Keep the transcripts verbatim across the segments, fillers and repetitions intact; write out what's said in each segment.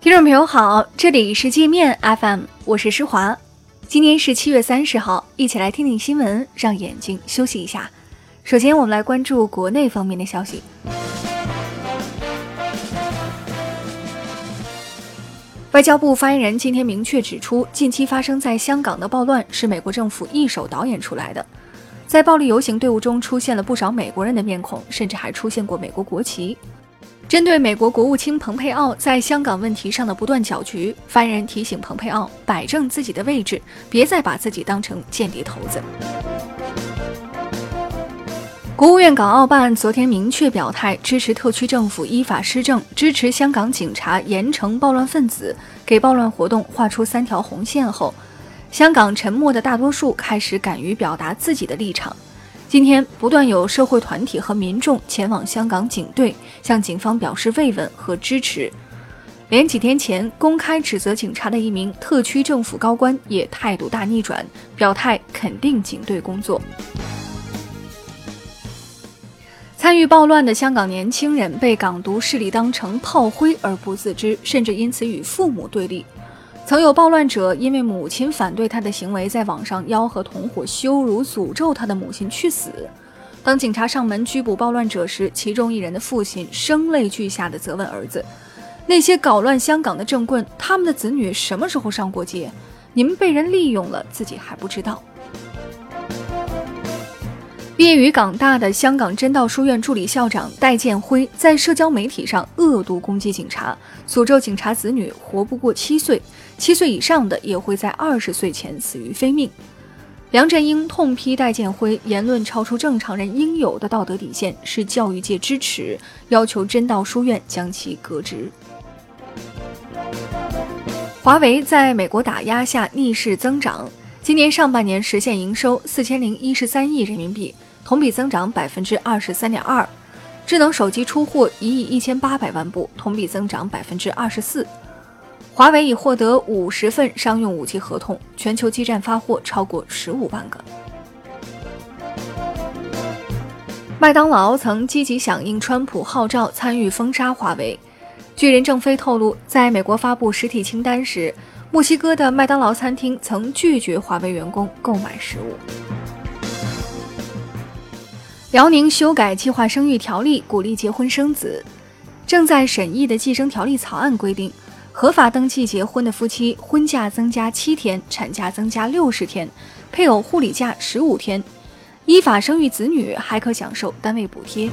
听众朋友好，这里是界面 F M， 我是施华。今天是七月三十号，一起来听听新闻，让眼睛休息一下。首先我们来关注国内方面的消息。外交部发言人今天明确指出，近期发生在香港的暴乱是美国政府一手导演出来的。在暴力游行队伍中出现了不少美国人的面孔，甚至还出现过美国国旗。针对美国国务卿蓬佩奥在香港问题上的不断搅局，发言人提醒蓬佩奥摆正自己的位置，别再把自己当成间谍头子。国务院港澳办昨天明确表态，支持特区政府依法施政，支持香港警察严惩暴乱分子，给暴乱活动画出三条红线后，香港沉默的大多数开始敢于表达自己的立场。今天不断有社会团体和民众前往香港警队，向警方表示慰问和支持。连几天前公开指责警察的一名特区政府高官也态度大逆转，表态肯定警队工作。参与暴乱的香港年轻人被港独势力当成炮灰而不自知，甚至因此与父母对立。曾有暴乱者因为母亲反对他的行为，在网上吆喝同伙羞辱诅咒他的母亲去死。当警察上门拘捕暴乱者时，其中一人的父亲声泪俱下地责问儿子，那些搞乱香港的政棍，他们的子女什么时候上过街？你们被人利用了，自己还不知道。毕业于港大的香港真道书院助理校长戴建辉在社交媒体上恶毒攻击警察，诅咒警察子女活不过七岁，七岁以上的也会在二十岁前死于非命。梁振英痛批戴建辉言论超出正常人应有的道德底线，是教育界支持，要求真道书院将其革职。华为在美国打压下逆势增长，今年上半年实现营收四千零一十三亿人民币，同比增长百分之二十三点二。智能手机出货一亿一千八百万部，同比增长百分之二十四。华为已获得五十份商用武器合同，全球基站发货超过十五万个。麦当劳曾积极响应川普号召，参与封杀华为。据任正非透露，在美国发布实体清单时，墨西哥的麦当劳餐厅曾拒绝华为员工购买食物。辽宁修改计划生育条例，鼓励结婚生子。正在审议的计生条例草案规定，合法登记结婚的夫妻，婚假增加七天，产假增加六十天，配偶护理假十五天，依法生育子女还可享受单位补贴。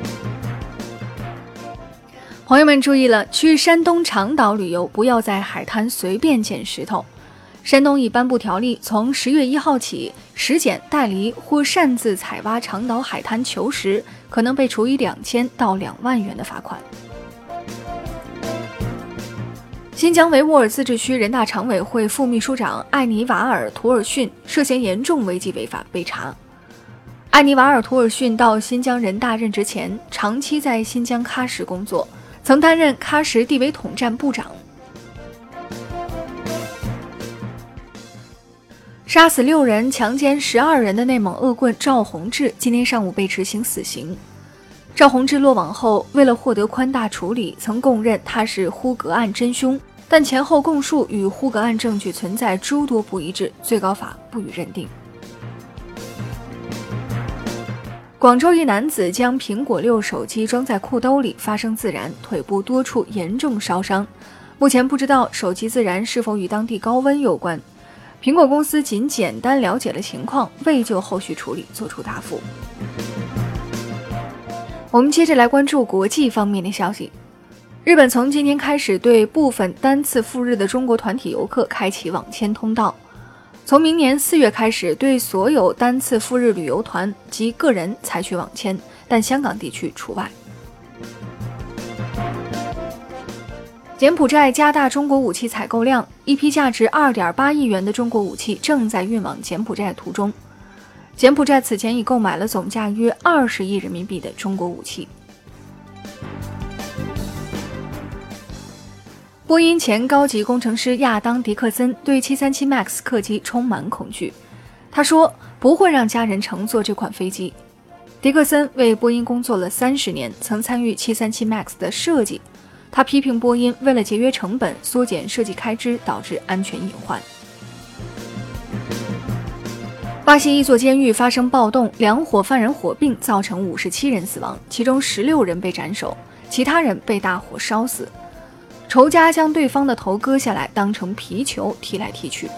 朋友们注意了，去山东长岛旅游不要在海滩随便捡石头。山东已颁布条例，从十月一号起，拾捡、带离或擅自采挖长岛海滩求石，可能被处以两千到两万元的罚款。新疆维吾尔自治区人大常委会副秘书长艾尼瓦尔·图尔逊涉嫌严重违纪违法被查。艾尼瓦尔·图尔逊到新疆人大任职前，长期在新疆喀什工作，曾担任喀什地委统战部长。杀死六人、强奸十二人的内蒙恶棍赵宏志今天上午被执行死刑。赵宏志落网后，为了获得宽大处理，曾供认他是呼格案真凶，但前后供述与呼格案证据存在诸多不一致，最高法不予认定。广州一男子将苹果六手机装在裤兜里发生自燃，腿部多处严重烧伤。目前不知道手机自燃是否与当地高温有关。苹果公司仅简单了解了情况，未就后续处理做出答复。我们接着来关注国际方面的消息。日本从今天开始对部分单次赴日的中国团体游客开启网签通道，从明年四月开始，对所有单次赴日旅游团及个人采取网签，但香港地区除外。柬埔寨加大中国武器采购量，一批价值 二点八亿元的中国武器正在运往柬埔寨途中。柬埔寨此前已购买了总价约二十亿人民币的中国武器。波音前高级工程师亚当·迪克森对七三七 MAX 客机充满恐惧，他说不会让家人乘坐这款飞机。迪克森为波音工作了三十年，曾参与七三七 MAX 的设计。 他批评波音为了节约成本，缩减设计开支，导致安全隐患。巴西一座监狱发生暴动，两伙犯人火并，造成五十七人死亡，其中十六人被斩首，其他人被大火烧死。仇家将对方的头割下来，当成皮球踢来踢去。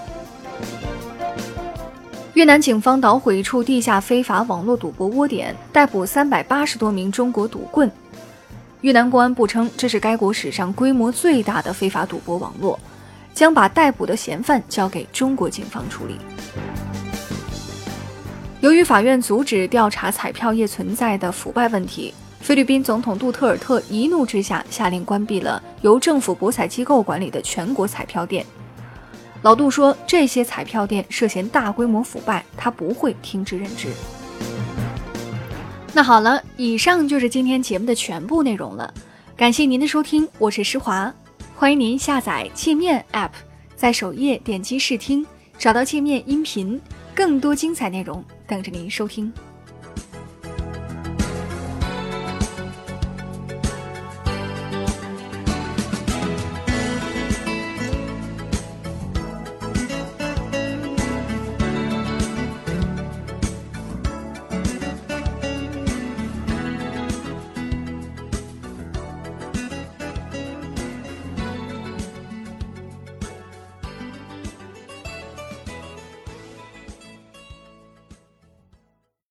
越南警方捣毁一处地下非法网络赌博窝点，逮捕三百八十多名中国赌棍。越南公安部称，这是该国史上规模最大的非法赌博网络，将把逮捕的嫌犯交给中国警方处理。由于法院阻止调查彩票业存在的腐败问题，菲律宾总统杜特尔特一怒之下下令关闭了由政府博彩机构管理的全国彩票店。老杜说，这些彩票店涉嫌大规模腐败，他不会听之任之。那好了，以上就是今天节目的全部内容了，感谢您的收听，我是施华，欢迎您下载界面 App， 在首页点击试听，找到界面音频，更多精彩内容等着您收听。